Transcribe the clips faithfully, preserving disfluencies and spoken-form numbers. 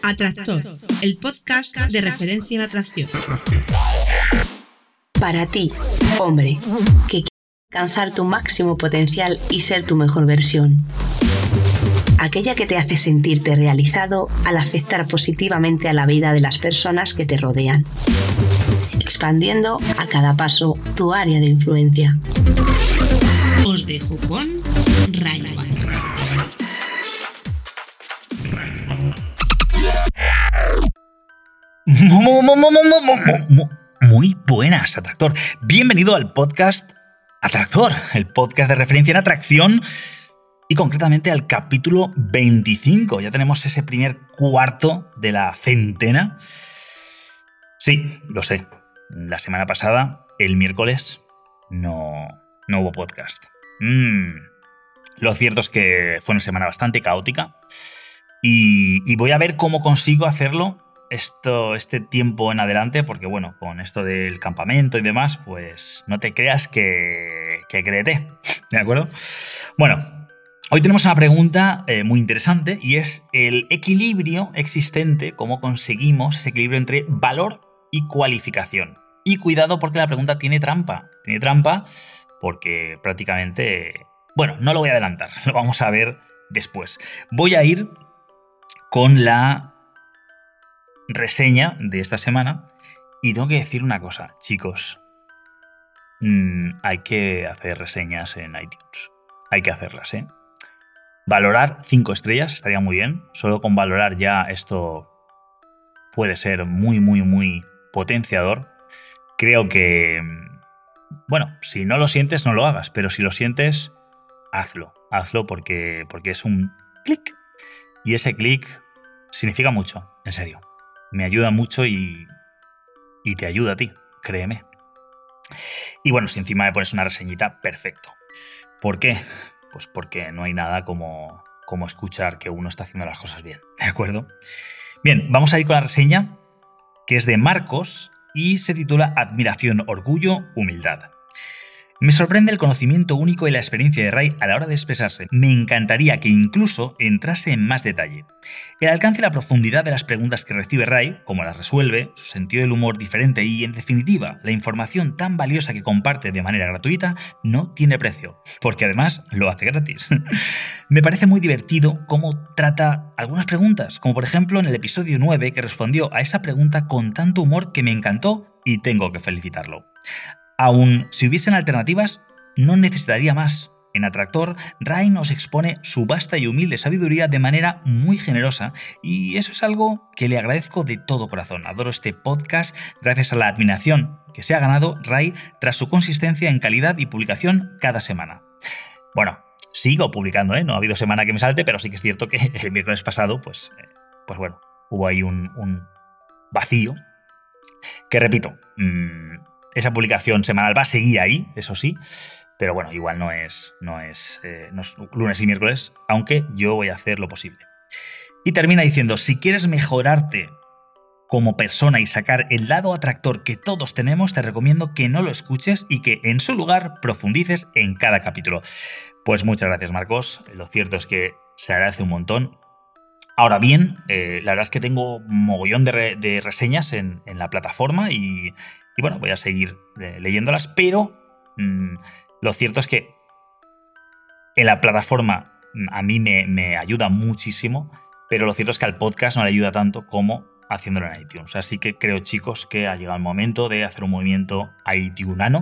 Atractor, el podcast de referencia en atracción. Para ti, hombre, que quieres alcanzar tu máximo potencial y ser tu mejor versión. Aquella que te hace sentirte realizado al afectar positivamente a la vida de las personas que te rodean, expandiendo a cada paso tu área de influencia. Os dejo con Ray. Muy buenas, Atractor. Bienvenido al podcast Atractor, el podcast de referencia en atracción y concretamente al capítulo veinticinco. Ya tenemos ese primer cuarto de la centena. Sí, lo sé. La semana pasada, el miércoles, no, no hubo podcast. Mm. Lo cierto es que fue una semana bastante caótica y, y voy a ver cómo consigo hacerlo esto, este tiempo en adelante, porque bueno, con esto del campamento y demás, pues no te creas que, que créete, ¿de acuerdo? Bueno, hoy tenemos una pregunta eh, muy interesante y es el equilibrio existente, cómo conseguimos ese equilibrio entre valor y cualificación. Y cuidado porque la pregunta tiene trampa, tiene trampa porque prácticamente... Bueno, no lo voy a adelantar, lo vamos a ver después. Voy a ir con la reseña de esta semana y tengo que decir una cosa, chicos. Mmm, hay que hacer reseñas en iTunes. Hay que hacerlas, ¿eh? Valorar cinco estrellas estaría muy bien. Solo con valorar ya esto puede ser muy, muy, muy potenciador. Creo que... Bueno, si no lo sientes, no lo hagas, pero si lo sientes... Hazlo, hazlo porque, porque es un clic. Y ese clic significa mucho, en serio. Me ayuda mucho y, y te ayuda a ti, créeme. Y bueno, si encima me pones una reseñita, perfecto. ¿Por qué? Pues porque no hay nada como, como escuchar que uno está haciendo las cosas bien, ¿de acuerdo? Bien, vamos a ir con la reseña, que es de Marcos y se titula Admiración, Orgullo, Humildad. Me sorprende el conocimiento único y la experiencia de Ray a la hora de expresarse. Me encantaría que incluso entrase en más detalle. El alcance y la profundidad de las preguntas que recibe Ray, cómo las resuelve, su sentido del humor diferente y, en definitiva, la información tan valiosa que comparte de manera gratuita, no tiene precio, porque además lo hace gratis. Me parece muy divertido cómo trata algunas preguntas, como por ejemplo en el episodio nueve, que respondió a esa pregunta con tanto humor que me encantó y tengo que felicitarlo. Aun si hubiesen alternativas, no necesitaría más. En Atractor, Ray nos expone su vasta y humilde sabiduría de manera muy generosa y eso es algo que le agradezco de todo corazón. Adoro este podcast gracias a la admiración que se ha ganado Ray tras su consistencia en calidad y publicación cada semana. Bueno, sigo publicando, ¿eh? No ha habido semana que me salte, pero sí que es cierto que el miércoles pasado, pues, eh, pues bueno, hubo ahí un, un vacío que, repito, mmm, esa publicación semanal va a seguir ahí, eso sí, pero bueno, igual no es, no es, eh, no es lunes y miércoles, aunque yo voy a hacer lo posible. Y termina diciendo, si quieres mejorarte como persona y sacar el lado atractor que todos tenemos, te recomiendo que no lo escuches y que en su lugar profundices en cada capítulo. Pues muchas gracias, Marcos. Lo cierto es que se agradece un montón. Ahora bien, eh, la verdad es que tengo mogollón de, re, de reseñas en, en la plataforma y... Y bueno, voy a seguir eh, leyéndolas, pero mmm, lo cierto es que en la plataforma a mí me, me ayuda muchísimo, pero lo cierto es que al podcast no le ayuda tanto como haciéndolo en iTunes. Así que creo, chicos, que ha llegado el momento de hacer un movimiento iTuneano,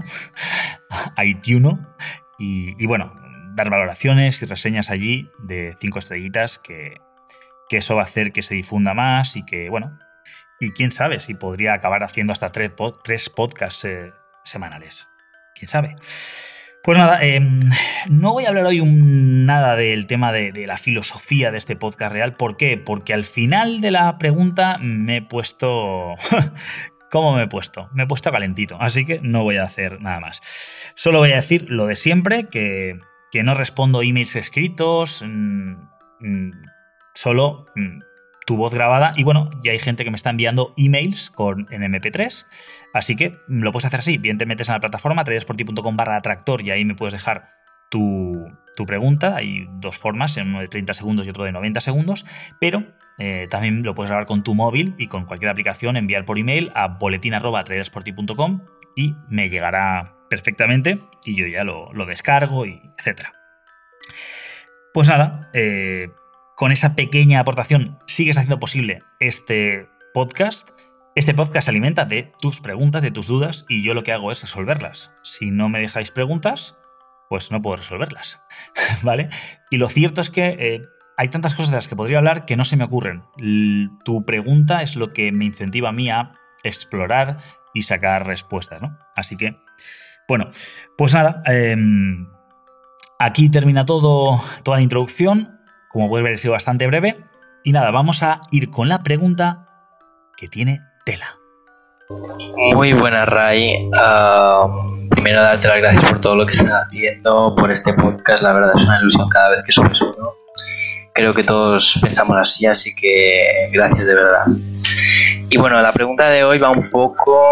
iTuno, y, y bueno, dar valoraciones y reseñas allí de cinco estrellitas, que, que eso va a hacer que se difunda más y que, bueno... Y quién sabe si podría acabar haciendo hasta tres, pod- tres podcasts eh, semanales. ¿Quién sabe? Pues nada, eh, no voy a hablar hoy un, nada del tema de, de la filosofía de este podcast real. ¿Por qué? Porque al final de la pregunta me he puesto... ¿Cómo me he puesto? Me he puesto calentito, así que no voy a hacer nada más. Solo voy a decir lo de siempre, que, que no respondo emails escritos, mmm, mmm, solo... Mmm, tu voz grabada y bueno, ya hay gente que me está enviando emails con, en eme pe tres, así que lo puedes hacer así, bien te metes en la plataforma tradersporti.com barra atractor y ahí me puedes dejar tu, tu pregunta, hay dos formas, uno de treinta segundos y otro de noventa segundos, pero eh, también lo puedes grabar con tu móvil y con cualquier aplicación, enviar por email a boletín arroba traders por ti punto com y me llegará perfectamente y yo ya lo, lo descargo, y etcétera. Pues nada, eh, con esa pequeña aportación sigues haciendo posible este podcast. Este podcast se alimenta de tus preguntas, de tus dudas, y yo lo que hago es resolverlas. Si no me dejáis preguntas, pues no puedo resolverlas, ¿vale? Y lo cierto es que eh, hay tantas cosas de las que podría hablar que no se me ocurren. L- tu pregunta es lo que me incentiva a mí a explorar y sacar respuestas, ¿no? Así que, bueno, pues nada, eh, aquí termina todo, toda la introducción. Como puedes ver, he sido bastante breve. Y nada, vamos a ir con la pregunta que tiene tela. Muy buena, Ray. Uh, primero, darte las gracias por todo lo que estás haciendo, por este podcast. La verdad es una ilusión cada vez que subes uno. Creo que todos pensamos así, así que gracias de verdad. Y bueno, la pregunta de hoy va un poco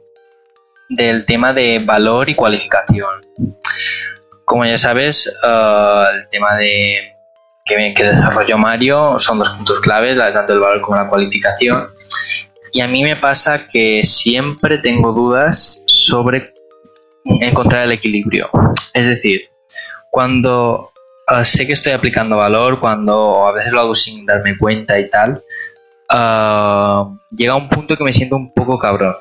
del tema de valor y cualificación. Como ya sabes, uh, el tema de que, que desarrolló Mario son dos puntos claves, tanto el valor como la cualificación. Y a mí me pasa que siempre tengo dudas sobre encontrar el equilibrio. Es decir, cuando uh, sé que estoy aplicando valor, cuando a veces lo hago sin darme cuenta y tal, uh, llega un punto que me siento un poco cabrón.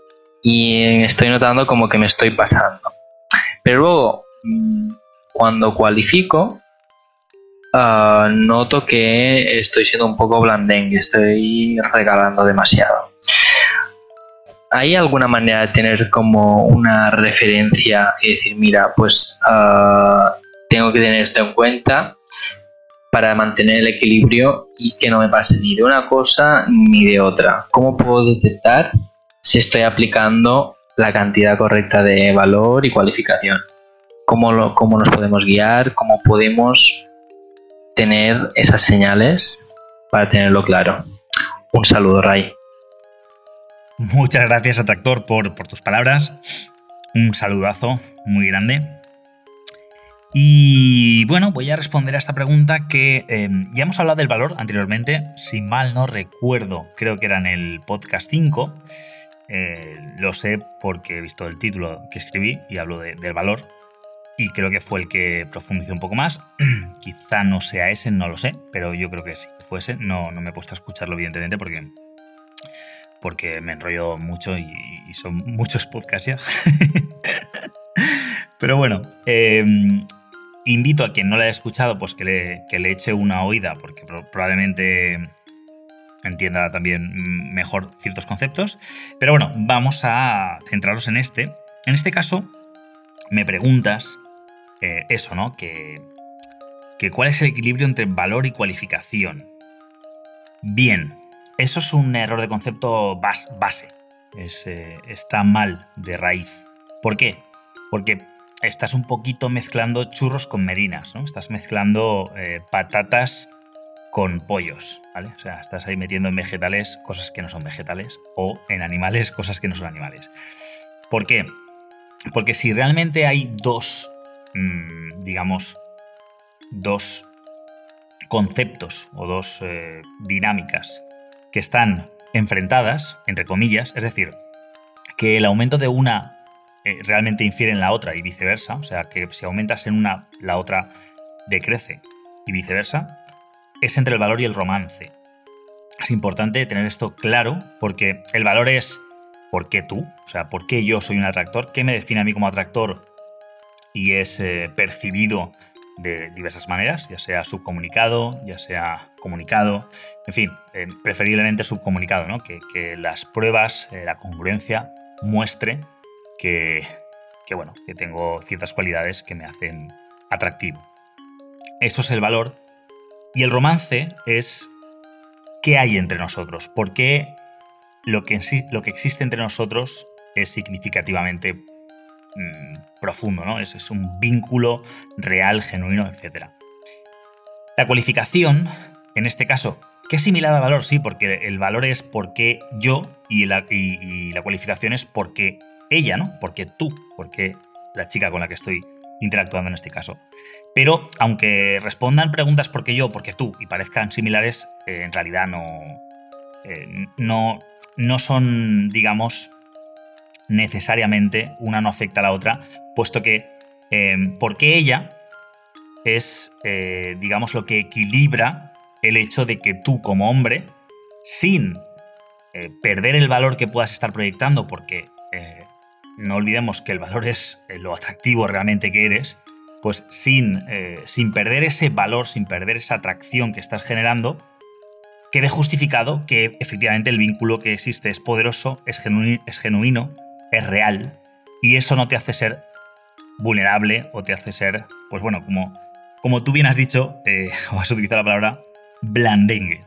Y estoy notando como que me estoy pasando. Pero luego, cuando cualifico, Uh, noto que estoy siendo un poco blandengue, estoy regalando demasiado. ¿Hay alguna manera de tener como una referencia y decir, mira, pues uh, tengo que tener esto en cuenta para mantener el equilibrio y que no me pase ni de una cosa ni de otra? ¿Cómo puedo detectar si estoy aplicando la cantidad correcta de valor y cualificación? ¿Cómo, lo, cómo nos podemos guiar? ¿Cómo podemos tener esas señales para tenerlo claro? Un saludo, Ray. Muchas gracias, Atractor, por, por tus palabras. Un saludazo muy grande. Y bueno, voy a responder a esta pregunta que eh, ya hemos hablado del valor anteriormente. Si mal no recuerdo, creo que era en el podcast cinco. Eh, lo sé porque he visto el título que escribí y hablo de, del valor. Y creo que fue el que profundizó un poco más. Quizá no sea ese, no lo sé, pero yo creo que sí fue ese. No, no me he puesto a escucharlo, evidentemente, porque, porque me enrollo mucho y, y son muchos podcasts ya. Pero bueno, eh, invito a quien no lo haya escuchado, pues que le, que le eche una oída, porque probablemente entienda también mejor ciertos conceptos. Pero bueno, vamos a centrarnos en este. En este caso, me preguntas Eh, eso, ¿no? Que, que ¿cuál es el equilibrio entre valor y cualificación? Bien, eso es un error de concepto bas, base. Es, eh, está mal de raíz. ¿Por qué? Porque estás un poquito mezclando churros con merinas, ¿no? Estás mezclando eh, patatas con pollos, ¿vale? O sea, estás ahí metiendo en vegetales cosas que no son vegetales o en animales cosas que no son animales. ¿Por qué? Porque si realmente hay dos digamos, dos conceptos o dos eh, dinámicas que están enfrentadas, entre comillas, es decir, que el aumento de una eh, realmente infiere en la otra y viceversa, o sea, que si aumentas en una, la otra decrece y viceversa, es entre el valor y el romance. Es importante tener esto claro porque el valor es ¿por qué tú? O sea, ¿por qué yo soy un atractor? ¿Qué me define a mí como atractor? Y es eh, percibido de diversas maneras, ya sea subcomunicado, ya sea comunicado, en fin, eh, preferiblemente subcomunicado, ¿no? Que, que las pruebas, eh, la congruencia muestre que, que, bueno, que tengo ciertas cualidades que me hacen atractivo. Eso es el valor. Y el romance es qué hay entre nosotros, por qué lo que, lo que existe entre nosotros es significativamente profundo, ¿no? Es, es un vínculo real, genuino, etcétera. La cualificación, en este caso, que es similar al valor, sí, porque el valor es porque yo y la, y, y la cualificación es porque ella, ¿no? Porque tú, porque la chica con la que estoy interactuando en este caso. Pero aunque respondan preguntas porque yo, porque tú, y parezcan similares, eh, en realidad no, eh, no, no son, digamos, necesariamente una no afecta a la otra, puesto que eh, porque ella es, eh, digamos, lo que equilibra el hecho de que tú como hombre, sin eh, perder el valor que puedas estar proyectando, porque eh, no olvidemos que el valor es eh, lo atractivo realmente que eres, pues sin, eh, sin perder ese valor, sin perder esa atracción que estás generando, quede justificado que efectivamente el vínculo que existe es poderoso, es genuino, es, genuino, es real, y eso no te hace ser vulnerable o te hace ser, pues bueno, como, como tú bien has dicho, eh, o has utilizado la palabra, blandengue.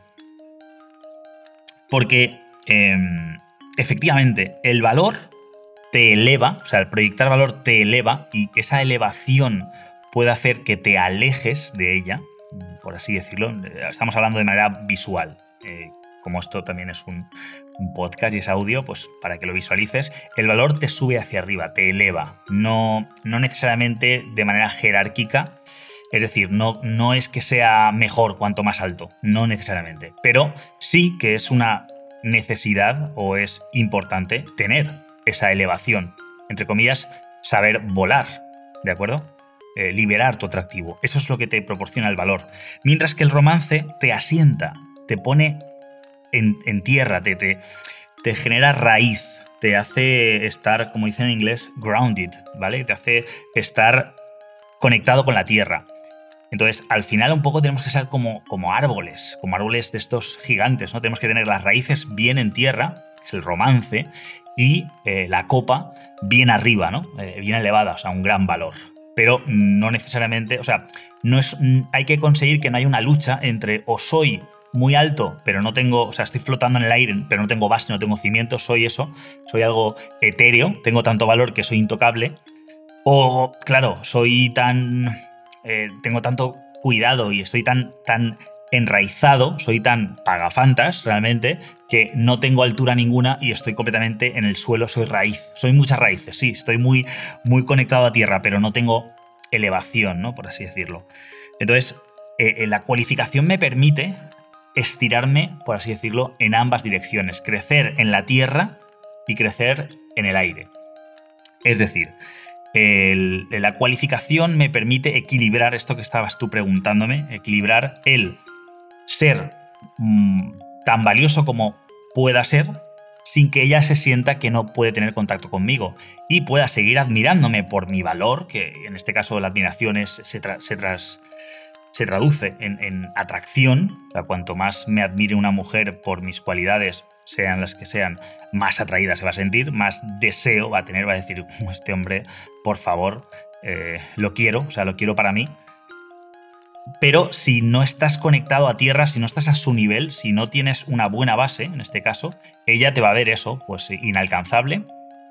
Porque eh, efectivamente el valor te eleva, o sea, el proyectar valor te eleva y esa elevación puede hacer que te alejes de ella, por así decirlo. Estamos hablando de manera visual. Eh, como esto también es un, un podcast y es audio, pues para que lo visualices, el valor te sube hacia arriba, te eleva, no, no necesariamente de manera jerárquica, es decir, no, no es que sea mejor cuanto más alto, no necesariamente, pero sí que es una necesidad o es importante tener esa elevación, entre comillas, saber volar, ¿de acuerdo? Eh, liberar tu atractivo, eso es lo que te proporciona el valor, mientras que el romance te asienta, te pone en, en tierra, te, te, te genera raíz, te hace estar, como dicen en inglés, grounded, ¿vale? Te hace estar conectado con la tierra. Entonces, al final un poco tenemos que ser como, como árboles, como árboles de estos gigantes, ¿no? Tenemos que tener las raíces bien en tierra, que es el romance, y eh, la copa bien arriba, ¿no? Eh, bien elevada, o sea, un gran valor. Pero no necesariamente, o sea, no es, hay que conseguir que no haya una lucha entre o soy muy alto, pero no tengo, o sea, estoy flotando en el aire, pero no tengo base, no tengo cimiento, soy eso, soy algo etéreo, tengo tanto valor que soy intocable, o, claro, soy tan, eh, tengo tanto cuidado y estoy tan, tan enraizado, soy tan pagafantas realmente, que no tengo altura ninguna y estoy completamente en el suelo, soy raíz, soy muchas raíces, sí, estoy muy, muy conectado a tierra, pero no tengo elevación, ¿no? Por así decirlo. Entonces, eh, la cualificación me permite estirarme, por así decirlo, en ambas direcciones, crecer en la tierra y crecer en el aire. Es decir, el, la cualificación me permite equilibrar esto que estabas tú preguntándome, equilibrar el ser mmm, tan valioso como pueda ser, sin que ella se sienta que no puede tener contacto conmigo y pueda seguir admirándome por mi valor, que en este caso la admiración es, se, tra se, tras se traduce en, en atracción. O sea, cuanto más me admire una mujer por mis cualidades, sean las que sean, más atraída se va a sentir, más deseo va a tener, va a decir, este hombre, por favor, eh, lo quiero, o sea, lo quiero para mí. Pero si no estás conectado a tierra, si no estás a su nivel, si no tienes una buena base, en este caso, ella te va a ver eso, pues inalcanzable.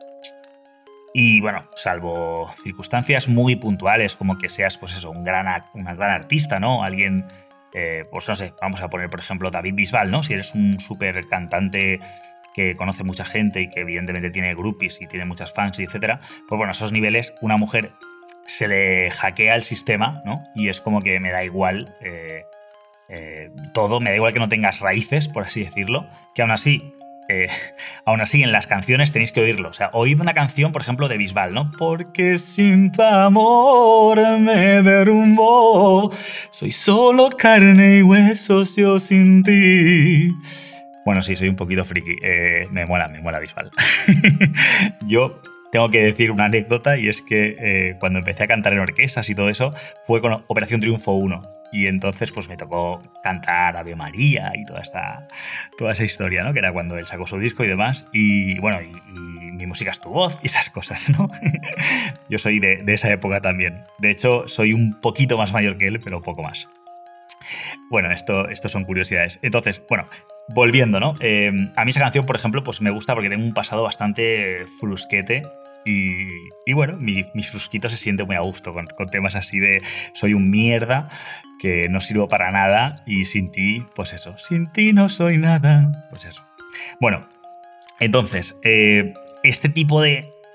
Y bueno, salvo circunstancias muy puntuales, como que seas, pues eso, un gran, una gran artista, ¿no? Alguien, eh, pues no sé, vamos a poner, por ejemplo, David Bisbal, ¿no? Si eres un súper cantante que conoce mucha gente y que evidentemente tiene groupies y tiene muchas fans, y etcétera, pues bueno, a esos niveles, una mujer se le hackea el sistema, ¿no? Y es como que me da igual eh, eh, todo, me da igual que no tengas raíces, por así decirlo, que aún así, eh, aún así en las canciones tenéis que oírlo. O sea, oíd una canción, por ejemplo, de Bisbal, ¿no? Porque sin tu amor me derrumbó, soy solo carne y huesos yo sin ti. Bueno, sí, soy un poquito friki, eh, me mola, me mola Bisbal. Yo tengo que decir una anécdota, y es que eh, cuando empecé a cantar en orquestas y todo eso, fue con Operación Triunfo uno. Y entonces pues me tocó cantar Ave María y toda esta toda esa historia, ¿no? Que era cuando él sacó su disco y demás. Y bueno, y, y mi música es tu voz y esas cosas, ¿no? Yo soy de, de esa época también. De hecho, soy un poquito más mayor que él, pero poco más. Bueno, esto, esto son curiosidades. Entonces, bueno, volviendo, ¿no? Eh, a mí esa canción, por ejemplo, pues me gusta porque tengo un pasado bastante frusquete. Y, y bueno, mi, mis frusquitos se sienten muy a gusto con, con temas así de soy un mierda, que no sirvo para nada y sin ti, pues eso, sin ti no soy nada, pues eso. Bueno, entonces, eh, este tipo de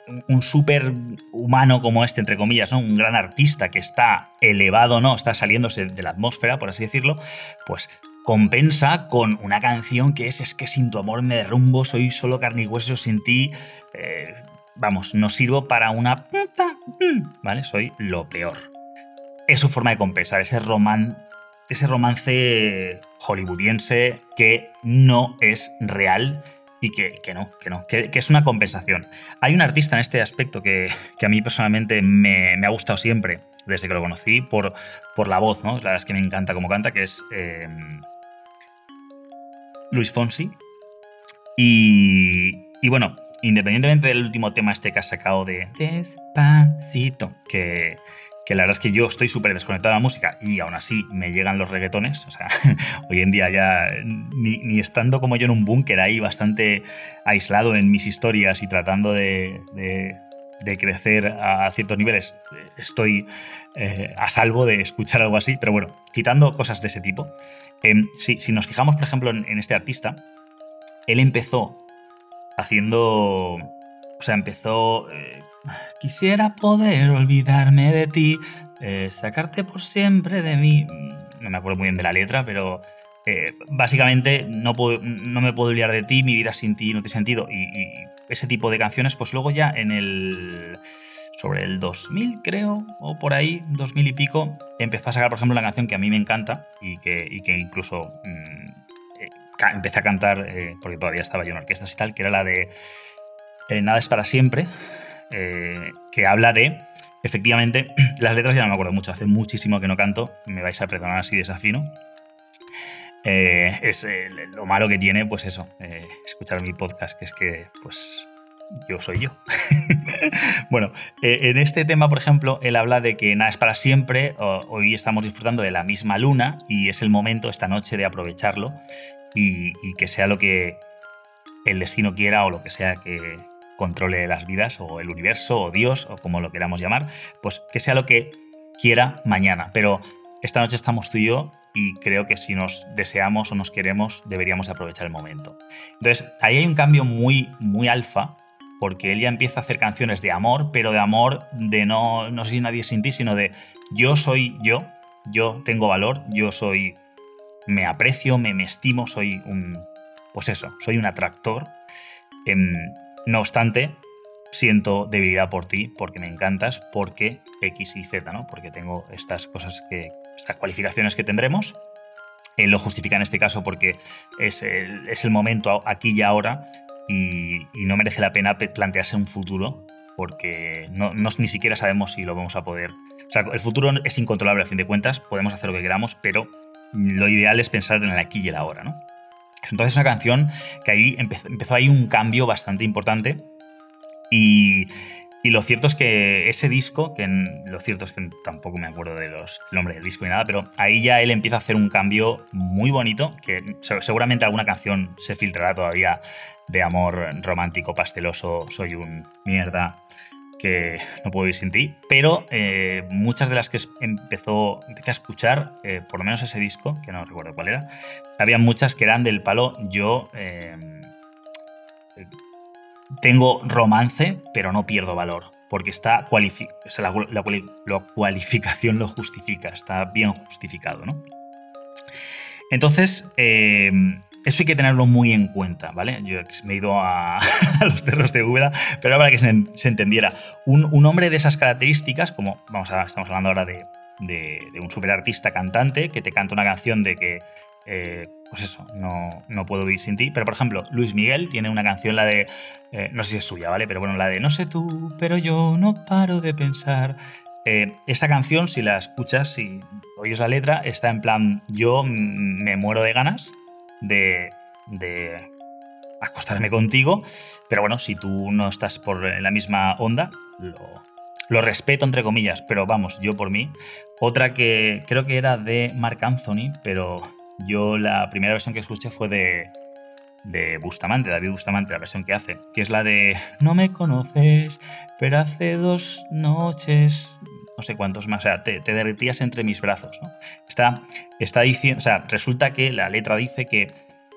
un súper humano como este, entre comillas, ¿no? Un gran artista que está elevado, ¿no? Está saliéndose de la atmósfera, por así decirlo, pues compensa con una canción que es, es que sin tu amor me derrumbo, soy solo carne y hueso sin ti, eh, vamos, no sirvo para una... ¿Vale? Soy lo peor. Es su forma de compensar, ese, roman... ese romance hollywoodiense que no es real y que, que no, que no, que, que es una compensación. Hay un artista en este aspecto que, que a mí personalmente me, me ha gustado siempre, desde que lo conocí, por, por la voz, ¿no? La verdad es que me encanta cómo canta, que es eh, Luis Fonsi. Y, y bueno, independientemente del último tema este que ha sacado de Despacito, que... que la verdad es que yo estoy súper desconectado de la música y aún así me llegan los reggaetones. O sea, hoy en día ya ni, ni estando como yo en un búnker ahí bastante aislado en mis historias y tratando de, de, de crecer a ciertos niveles, estoy eh, a salvo de escuchar algo así. Pero bueno, quitando cosas de ese tipo, eh, si, si nos fijamos, por ejemplo, en, en este artista, él empezó haciendo... O sea, empezó... Eh, Quisiera poder olvidarme de ti, eh, sacarte por siempre de mí. No me acuerdo muy bien de la letra, pero eh, básicamente no, puedo, no me puedo olvidar de ti, mi vida sin ti no tiene sentido. Y, y ese tipo de canciones, pues luego ya en el... sobre el dos mil, creo, o por ahí, dos mil y pico, empezó a sacar, por ejemplo, una canción que a mí me encanta y que, y que incluso mmm, eh, empecé a cantar, eh, porque todavía estaba yo en orquestas y tal, que era la de eh, Nada es para siempre. Eh, que habla de, efectivamente, las letras ya no me acuerdo mucho, hace muchísimo que no canto, me vais a perdonar si desafino. Eh, es eh, lo malo que tiene, pues eso, eh, escuchar mi podcast, que es que, pues, yo soy yo. Bueno, eh, en este tema, por ejemplo, él habla de que nada es para siempre, o, hoy estamos disfrutando de la misma luna y es el momento, esta noche, de aprovecharlo y, y que sea lo que el destino quiera o lo que sea que controle las vidas, o el universo, o Dios, o como lo queramos llamar, pues que sea lo que quiera mañana. Pero esta noche estamos tú y yo, y creo que si nos deseamos o nos queremos, deberíamos aprovechar el momento. Entonces, ahí hay un cambio muy, muy alfa, porque él ya empieza a hacer canciones de amor, pero de amor de no, no soy nadie sin ti, sino de yo soy yo, yo tengo valor, yo soy, me aprecio, me, me estimo, soy un, pues eso, soy un atractor. Eh, No obstante, siento debilidad por ti, porque me encantas, porque X y Z, ¿no? Porque tengo estas cosas que, estas cualificaciones que tendremos. Él lo justifica en este caso porque es el, es el momento aquí y ahora y, y no merece la pena plantearse un futuro porque no, no, ni siquiera sabemos si lo vamos a poder. O sea, el futuro es incontrolable a fin de cuentas, podemos hacer lo que queramos, pero lo ideal es pensar en el aquí y el ahora, ¿no? Entonces es una canción que ahí empezó, empezó ahí un cambio bastante importante y, y lo cierto es que ese disco, que en, lo cierto es que tampoco me acuerdo de los, el nombre del disco ni nada, pero ahí ya él empieza a hacer un cambio muy bonito, que seguramente alguna canción se filtrará todavía de amor romántico, pasteloso, soy un mierda, que no puedo vivir sin ti, pero eh, muchas de las que empezó, empecé a escuchar, eh, por lo menos ese disco, que no recuerdo cuál era, había muchas que eran del palo, yo eh, tengo romance, pero no pierdo valor, porque está cualifi- o sea, la, la, la cualificación lo justifica, está bien justificado, ¿no? Entonces, eh, eso hay que tenerlo muy en cuenta, ¿vale? Yo me he ido a, a los cerros de Úbeda, pero para que se, se entendiera. Un, un hombre de esas características, como vamos a, estamos hablando ahora de, de, de un superartista cantante que te canta una canción de que, eh, pues eso, no, no puedo vivir sin ti. Pero, por ejemplo, Luis Miguel tiene una canción, la de, eh, no sé si es suya, ¿vale? Pero bueno, la de no sé tú, pero yo no paro de pensar. Eh, esa canción, si la escuchas, si oyes la letra, está en plan, yo me muero de ganas de, de acostarme contigo, pero bueno, si tú no estás por la misma onda, lo, lo respeto entre comillas, pero vamos, yo por mí. Otra que creo que era de Marc Anthony, pero yo la primera versión que escuché fue de, de Bustamante, David Bustamante, la versión que hace, que es la de no me conoces, pero hace dos noches, no sé cuántos más, o sea, te, te derretías entre mis brazos, ¿no? Está, está diciendo, o sea, resulta que la letra dice que,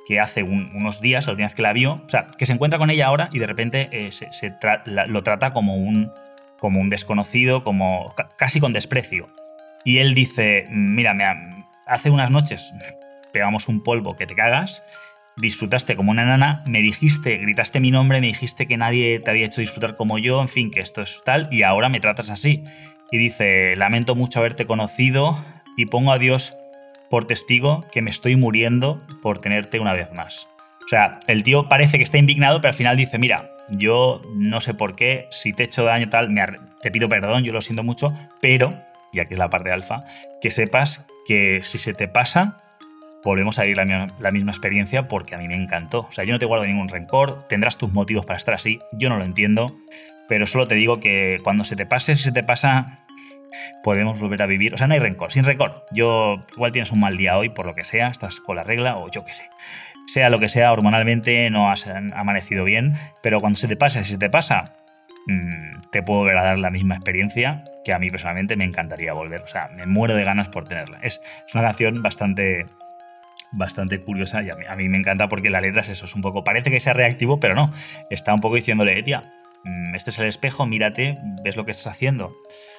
que hace un, unos días, la última vez que la vio, o sea, que se encuentra con ella ahora y de repente eh, se, se tra- la, lo trata como un, como un desconocido, como casi con desprecio. Y él dice, mira, me ha, hace unas noches pegamos un polvo que te cagas, disfrutaste como una nana, me dijiste, gritaste mi nombre, me dijiste que nadie te había hecho disfrutar como yo, en fin, que esto es tal, y ahora me tratas así. Y dice, lamento mucho haberte conocido y pongo a Dios por testigo que me estoy muriendo por tenerte una vez más. O sea, el tío parece que está indignado, pero al final dice, mira, yo no sé por qué, si te he hecho daño tal, me ar- te pido perdón, yo lo siento mucho, pero, y aquí es la parte alfa, que sepas que si se te pasa, volvemos a vivir la, mi- la misma experiencia porque a mí me encantó. O sea, yo no te guardo ningún rencor, tendrás tus motivos para estar así, yo no lo entiendo, pero solo te digo que cuando se te pase, si se te pasa, podemos volver a vivir. O sea, no hay rencor, sin rencor. Yo, igual tienes un mal día hoy, por lo que sea, estás con la regla o yo qué sé. Sea lo que sea, hormonalmente no has amanecido bien, pero cuando se te pasa, si se te pasa, mmm, te puedo volver a dar la misma experiencia que a mí personalmente me encantaría volver. O sea, me muero de ganas por tenerla. Es, es una canción bastante, bastante curiosa y a mí, a mí me encanta porque la letra es eso, es un poco, parece que sea reactivo, pero no. Está un poco diciéndole, tía, este es el espejo, mírate, ves lo que estás haciendo.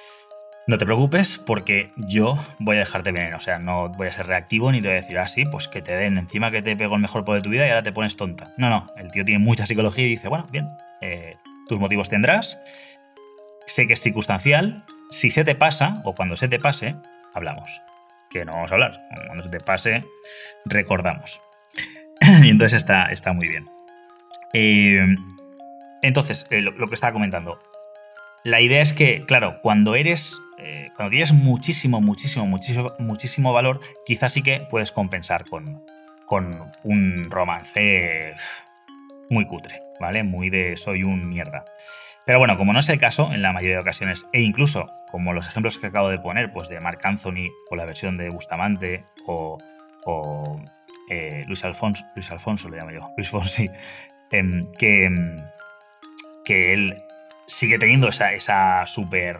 No te preocupes porque yo voy a dejarte veneno, o sea, no voy a ser reactivo ni te voy a decir, ah, sí, pues que te den encima que te pego el mejor polvo de tu vida y ahora te pones tonta. No, no, el tío tiene mucha psicología y dice, bueno, bien, eh, tus motivos tendrás, sé que es circunstancial, si se te pasa o cuando se te pase, hablamos, que no vamos a hablar, cuando se te pase, recordamos. Y entonces está, está muy bien. Eh, entonces, eh, lo, lo que estaba comentando, la idea es que, claro, cuando eres... Eh, cuando tienes muchísimo, muchísimo, muchísimo, muchísimo valor, quizás sí que puedes compensar con, con un romance muy cutre, ¿vale? Muy de soy un mierda. Pero bueno, como no es el caso en la mayoría de ocasiones, e incluso como los ejemplos que acabo de poner, pues de Marc Anthony o la versión de Bustamante o, o eh, Luis Alfonso, Luis Alfonso le llamo yo, Luis Fonsi, eh, que, que él sigue teniendo esa, esa súper...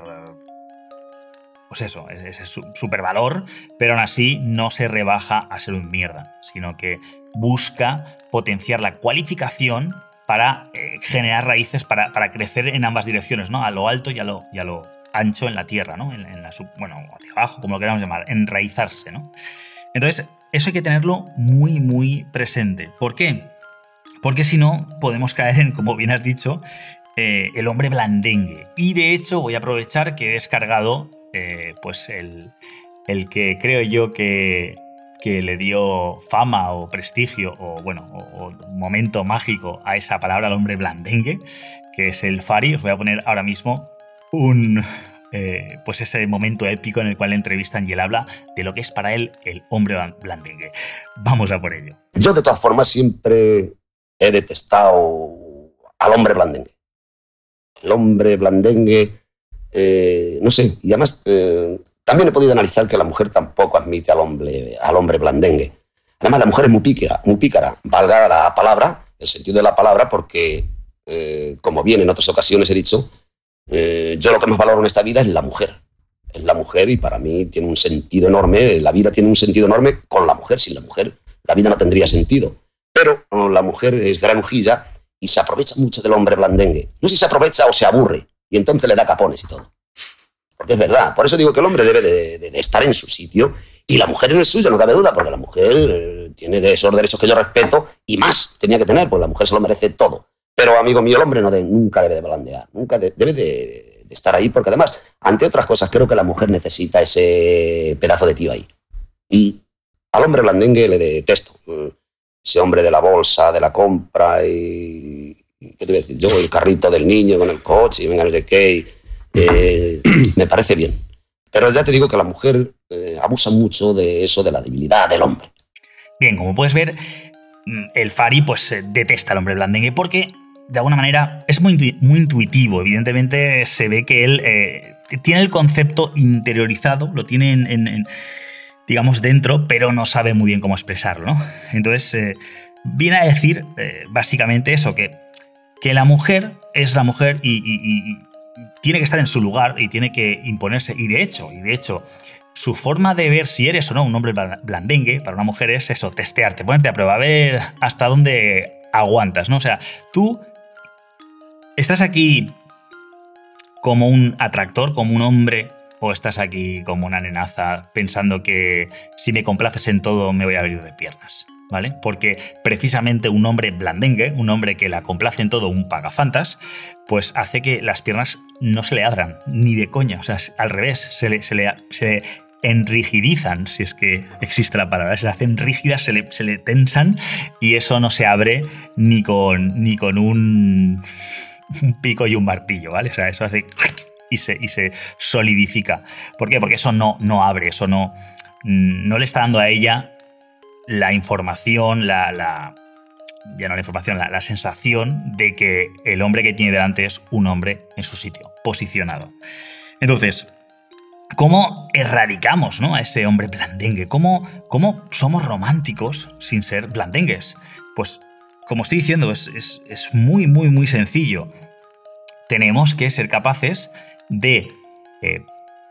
pues eso, ese super valor, pero aún así no se rebaja a ser un mierda, sino que busca potenciar la cualificación para eh, generar raíces, para, para crecer en ambas direcciones, ¿no? A lo alto y a lo, y a lo ancho en la tierra, ¿no? En, en la sub, bueno, hacia abajo, como lo queramos llamar, enraizarse, ¿no? Entonces, eso hay que tenerlo muy, muy presente. ¿Por qué? Porque si no, podemos caer en, como bien has dicho, eh, el hombre blandengue. Y de hecho, voy a aprovechar que he descargado Eh, pues el, el que creo yo que, que le dio fama o prestigio o bueno o, o momento mágico a esa palabra, al hombre blandengue, que es el Fari. Os voy a poner ahora mismo un eh, pues ese momento épico en el cual le entrevistan y él habla de lo que es para él el hombre blandengue. Vamos a por ello. Yo de todas formas siempre he detestado al hombre blandengue. El hombre blandengue Eh, no sé, y además eh, también he podido analizar que la mujer tampoco admite al hombre, al hombre blandengue. Además, la mujer es muy pícara, muy pícara, valga la palabra, el sentido de la palabra, porque, eh, como bien en otras ocasiones he dicho, eh, yo lo que más valoro en esta vida es la mujer. Es la mujer y para mí tiene un sentido enorme, la vida tiene un sentido enorme con la mujer. Sin la mujer, la vida no tendría sentido. Pero no, la mujer es granujilla y se aprovecha mucho del hombre blandengue. No sé si se aprovecha o se aburre. Y entonces le da capones y todo. Porque es verdad. Por eso digo que el hombre debe de, de, de estar en su sitio y la mujer en el suyo, no cabe duda, porque la mujer eh, tiene de esos derechos que yo respeto y más tenía que tener, porque la mujer se lo merece todo. Pero, amigo mío, el hombre no de, nunca debe de blandear, nunca de, debe de, de estar ahí, porque además, ante otras cosas, creo que la mujer necesita ese pedazo de tío ahí. Y al hombre blandengue le detesto. Ese hombre de la bolsa, de la compra y... ¿Qué te voy a decir? Yo, el carrito del niño con el coche y venga no sé qué, eh, me parece bien. Pero ya te digo que la mujer eh, abusa mucho de eso, de la debilidad del hombre. Bien, como puedes ver, el Fari pues detesta al hombre blandengue porque de alguna manera es muy, muy intuitivo. Evidentemente se ve que él eh, tiene el concepto interiorizado, lo tiene en, en, en, digamos dentro, pero no sabe muy bien cómo expresarlo, ¿no? Entonces eh, viene a decir eh, básicamente eso, que que la mujer es la mujer y, y, y tiene que estar en su lugar y tiene que imponerse. Y de hecho, y de hecho su forma de ver si eres o no un hombre blandengue para una mujer es eso, testearte, ponerte a prueba, a ver hasta dónde aguantas, ¿no? O sea, tú estás aquí como un atractor, como un hombre, o estás aquí como una nenaza pensando que si me complaces en todo me voy a abrir de piernas, ¿vale? Porque precisamente un hombre blandengue, un hombre que la complace en todo, un pagafantas, pues hace que las piernas no se le abran, ni de coña, o sea, al revés, se le, se le, se le enrigidizan, si es que existe la palabra, se le hacen rígidas, se le, se le tensan y eso no se abre ni con, ni con un, un pico y un martillo, ¿vale? O sea, eso hace y se, y se solidifica. ¿Por qué? Porque eso no, no abre, eso no, no le está dando a ella la información, la, la ya no la información, la, la sensación de que el hombre que tiene delante es un hombre en su sitio, posicionado. Entonces, ¿cómo erradicamos, ¿no?, a ese hombre blandengue? ¿Cómo, ¿Cómo somos románticos sin ser blandengues? Pues, como estoy diciendo, es, es, es muy, muy, muy sencillo. Tenemos que ser capaces de eh,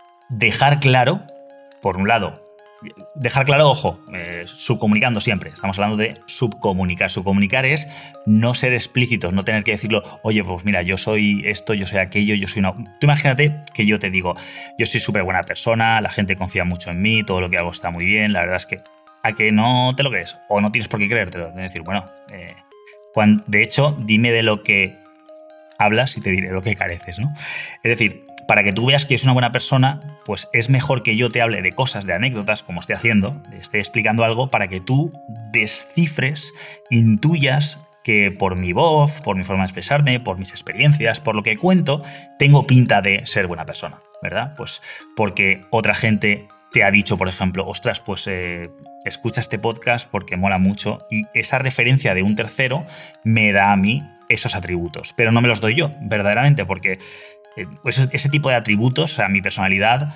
dejar claro, por un lado, dejar claro, ojo, eh, subcomunicando siempre. Estamos hablando de subcomunicar. Subcomunicar es no ser explícitos, no tener que decirlo, oye, pues mira, yo soy esto, yo soy aquello, yo soy una... Tú imagínate que yo te digo, yo soy súper buena persona, la gente confía mucho en mí, todo lo que hago está muy bien, la verdad es que a que no te lo crees o no tienes por qué creértelo. Es decir, bueno, eh, cuando, de hecho, dime de lo que hablas y te diré de lo que careces, ¿no? Es decir, para que tú veas que es una buena persona, pues es mejor que yo te hable de cosas, de anécdotas, como estoy haciendo, esté explicando algo para que tú descifres, intuyas que por mi voz, por mi forma de expresarme, por mis experiencias, por lo que cuento, tengo pinta de ser buena persona, ¿verdad? Pues porque otra gente te ha dicho, por ejemplo, ostras, pues eh, escucha este podcast porque mola mucho y esa referencia de un tercero me da a mí esos atributos, pero no me los doy yo, verdaderamente, porque Pues ese tipo de atributos, o sea, mi personalidad,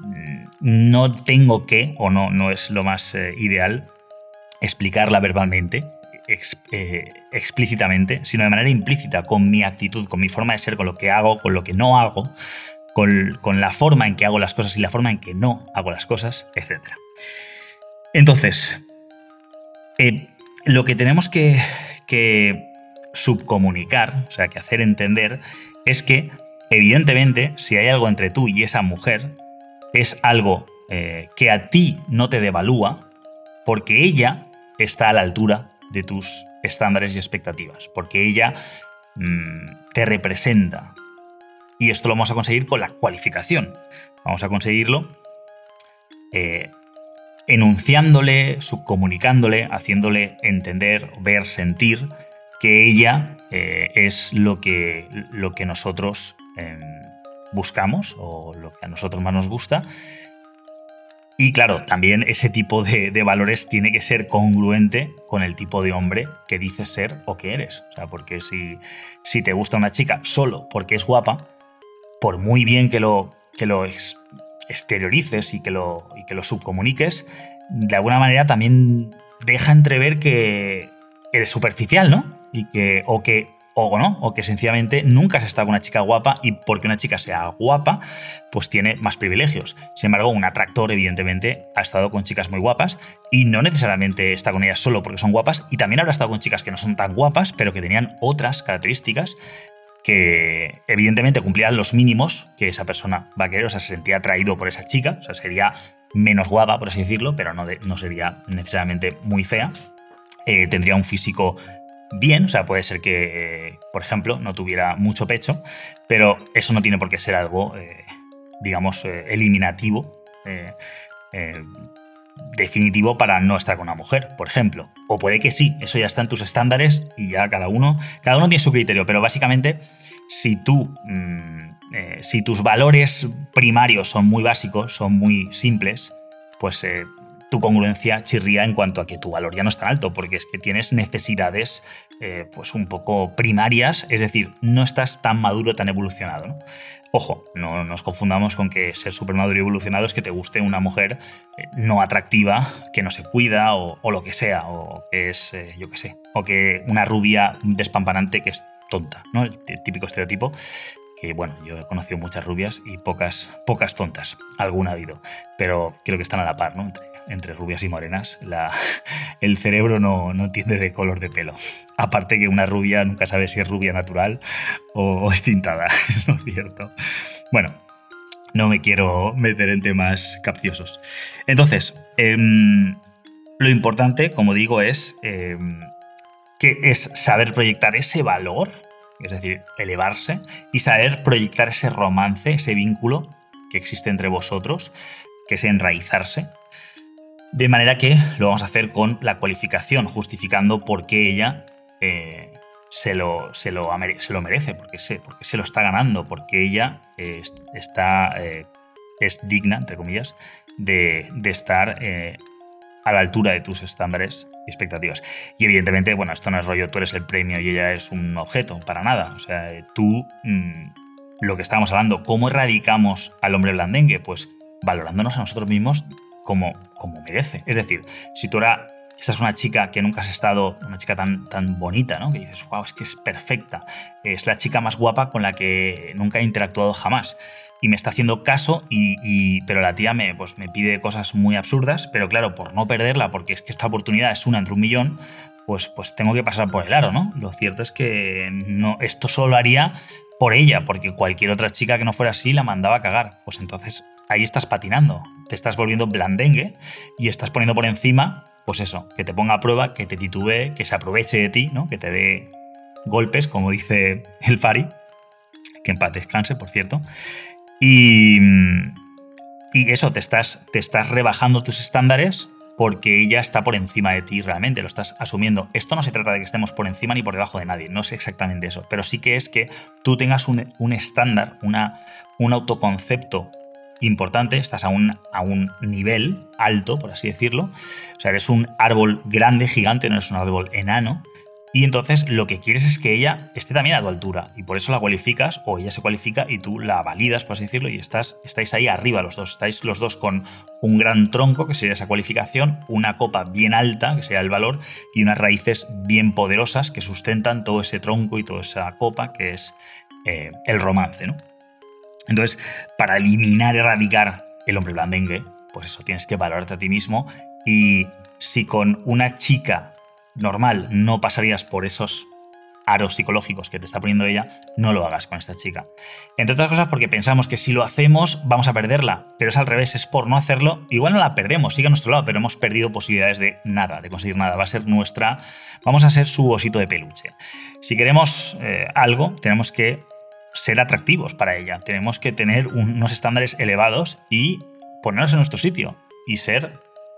no tengo que, o no, no es lo más eh, ideal, explicarla verbalmente, ex, eh, explícitamente, sino de manera implícita, con mi actitud, con mi forma de ser, con lo que hago, con lo que no hago, con, con la forma en que hago las cosas y la forma en que no hago las cosas, etcétera. Entonces, eh, lo que tenemos que, que subcomunicar, o sea, que hacer entender, es que evidentemente, si hay algo entre tú y esa mujer, es algo eh, que a ti no te devalúa porque ella está a la altura de tus estándares y expectativas, porque ella mmm, te representa. Y esto lo vamos a conseguir con la cualificación. Vamos a conseguirlo eh, enunciándole, subcomunicándole, haciéndole entender, ver, sentir que ella eh, es lo que, lo que nosotros eh, buscamos o lo que a nosotros más nos gusta. Y claro, también ese tipo de, de valores tiene que ser congruente con el tipo de hombre que dices ser o que eres. O sea, porque si, si te gusta una chica solo porque es guapa, por muy bien que lo, que lo ex, exteriorices y que, lo, y que lo subcomuniques, de alguna manera también deja entrever que eres superficial, ¿no? Y que, o que, o no, o que sencillamente nunca has estado con una chica guapa y porque una chica sea guapa, pues tiene más privilegios. Sin embargo, un atractor, evidentemente, ha estado con chicas muy guapas y no necesariamente está con ellas solo porque son guapas, y también habrá estado con chicas que no son tan guapas, pero que tenían otras características que evidentemente cumplían los mínimos que esa persona va a querer. O sea, se sentía atraído por esa chica, o sea, sería menos guapa, por así decirlo, pero no, de, no sería necesariamente muy fea. Eh, tendría un físico bien, o sea, puede ser que, eh, por ejemplo, no tuviera mucho pecho, pero eso no tiene por qué ser algo, eh, digamos, eh, eliminativo, eh, eh, definitivo para no estar con una mujer, por ejemplo. O puede que sí, eso ya está en tus estándares y ya cada uno, cada uno tiene su criterio, pero básicamente, si tú, mmm, eh, si tus valores primarios son muy básicos, son muy simples, pues eh, tu congruencia chirría en cuanto a que tu valor ya no es tan alto, porque es que tienes necesidades eh, pues un poco primarias, es decir, no estás tan maduro, tan evolucionado, ¿no? Ojo, no nos confundamos con que ser súper maduro y evolucionado es que te guste una mujer eh, no atractiva, que no se cuida o, o lo que sea, o que es, eh, yo qué sé, o que una rubia despampanante que es tonta, ¿no? El típico estereotipo que bueno, yo he conocido muchas rubias y pocas, pocas tontas, alguna ha habido, pero creo que están a la par, ¿no? Entre, entre rubias y morenas, la, el cerebro no, no entiende de color de pelo. Aparte que una rubia nunca sabe si es rubia natural o, o es tintada, es lo cierto. Bueno, no me quiero meter en temas capciosos. Entonces, eh, lo importante, como digo, es, eh, que es saber proyectar ese valor, es decir, elevarse, y saber proyectar ese romance, ese vínculo que existe entre vosotros, que es enraizarse, de manera que lo vamos a hacer con la cualificación, justificando por qué ella eh, se, lo, se, lo, se lo merece, porque se, porque se lo está ganando, porque ella eh, está, eh, es digna, entre comillas, de, de estar eh, a la altura de tus estándares y expectativas. Y evidentemente, bueno, esto no es rollo, tú eres el premio y ella es un objeto, para nada. O sea, tú, mmm, lo que estábamos hablando, ¿cómo erradicamos al hombre blandengue? Pues valorándonos a nosotros mismos como, como merece. Es decir, si tú ahora esta es una chica que nunca has estado, una chica tan, tan bonita, ¿no? Que dices, wow, es que es perfecta. Es la chica más guapa con la que nunca he interactuado jamás. Y me está haciendo caso, y, y, pero la tía me, pues, me pide cosas muy absurdas, pero claro, por no perderla, porque es que esta oportunidad es una entre un millón, pues, pues tengo que pasar por el aro, ¿no? Lo cierto es que no, esto solo haría por ella, porque cualquier otra chica que no fuera así la mandaba a cagar. Pues entonces ahí estás patinando, te estás volviendo blandengue y estás poniendo por encima, pues eso, que te ponga a prueba, que te titubee, que se aproveche de ti, ¿no? Que te dé golpes, como dice el Fari, que en paz descanse, por cierto. Y, y eso, te estás, te estás rebajando tus estándares porque ella está por encima de ti realmente, lo estás asumiendo. Esto no se trata de que estemos por encima ni por debajo de nadie, no es exactamente eso, pero sí que es que tú tengas un, un estándar, una, un autoconcepto importante, estás a un, a un nivel alto, por así decirlo. O sea, eres un árbol grande, gigante, no eres un árbol enano. Y entonces lo que quieres es que ella esté también a tu altura. Y por eso la cualificas, o ella se cualifica y tú la validas, por así decirlo, y estás, estáis ahí arriba los dos. Estáis los dos con un gran tronco, que sería esa cualificación, una copa bien alta, que sería el valor, y unas raíces bien poderosas que sustentan todo ese tronco y toda esa copa, que es eh, el romance, ¿no? Entonces, para eliminar, erradicar el hombre blandengue, pues eso, tienes que valorarte a ti mismo. Y si con una chica normal no pasarías por esos aros psicológicos que te está poniendo ella, no lo hagas con esta chica. Entre otras cosas porque pensamos que si lo hacemos vamos a perderla, pero es al revés, es por no hacerlo. Igual no la perdemos, sigue a nuestro lado, pero hemos perdido posibilidades de nada, de conseguir nada. Va a ser nuestra, vamos a ser su osito de peluche. Si queremos eh, algo, tenemos que ser atractivos para ella, tenemos que tener unos estándares elevados y ponernos en nuestro sitio y ser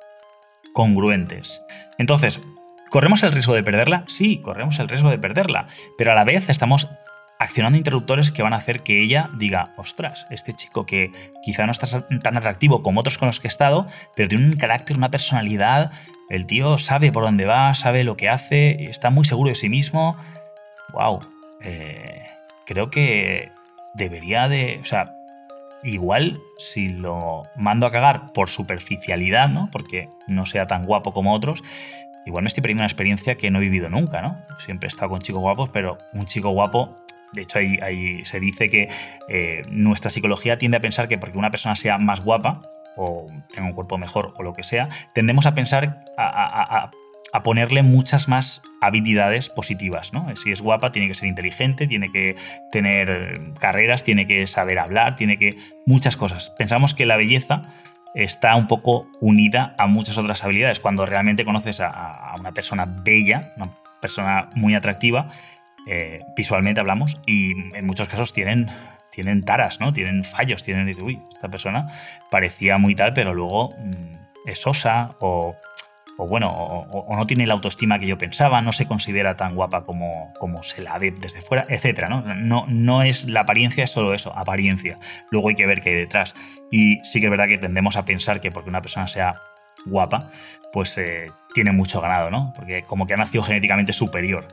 congruentes. Entonces, ¿corremos el riesgo de perderla? Sí, corremos el riesgo de perderla, pero a la vez estamos accionando interruptores que van a hacer que ella diga, ostras, este chico que quizá no está tan atractivo como otros con los que he estado, pero tiene un carácter, una personalidad, el tío sabe por dónde va, sabe lo que hace, está muy seguro de sí mismo. Wow, eh, creo que debería de... O sea, igual si lo mando a cagar por superficialidad, ¿no? Porque no sea tan guapo como otros, igual me estoy perdiendo una experiencia que no he vivido nunca, ¿no? Siempre he estado con chicos guapos, pero un chico guapo, de hecho ahí, ahí se dice que eh, nuestra psicología tiende a pensar que porque una persona sea más guapa o tenga un cuerpo mejor o lo que sea, tendemos a pensar a, a, a, a ponerle muchas más habilidades positivas, ¿no? Si es guapa tiene que ser inteligente, tiene que tener carreras, tiene que saber hablar, tiene que... muchas cosas. Pensamos que la belleza está un poco unida a muchas otras habilidades. Cuando realmente conoces a, a una persona bella, una persona muy atractiva, eh, visualmente hablamos, y en muchos casos tienen, tienen taras, ¿no? Tienen fallos, tienen... uy, esta persona parecía muy tal, pero luego mmm, es sosa o... o bueno, o, o no tiene la autoestima que yo pensaba, no se considera tan guapa como, como se la ve desde fuera, etcétera, ¿no? No, no es la apariencia, es solo eso, apariencia. Luego hay que ver qué hay detrás. Y sí que es verdad que tendemos a pensar que porque una persona sea guapa, pues eh, tiene mucho ganado, ¿no? Porque como que ha nacido genéticamente superior.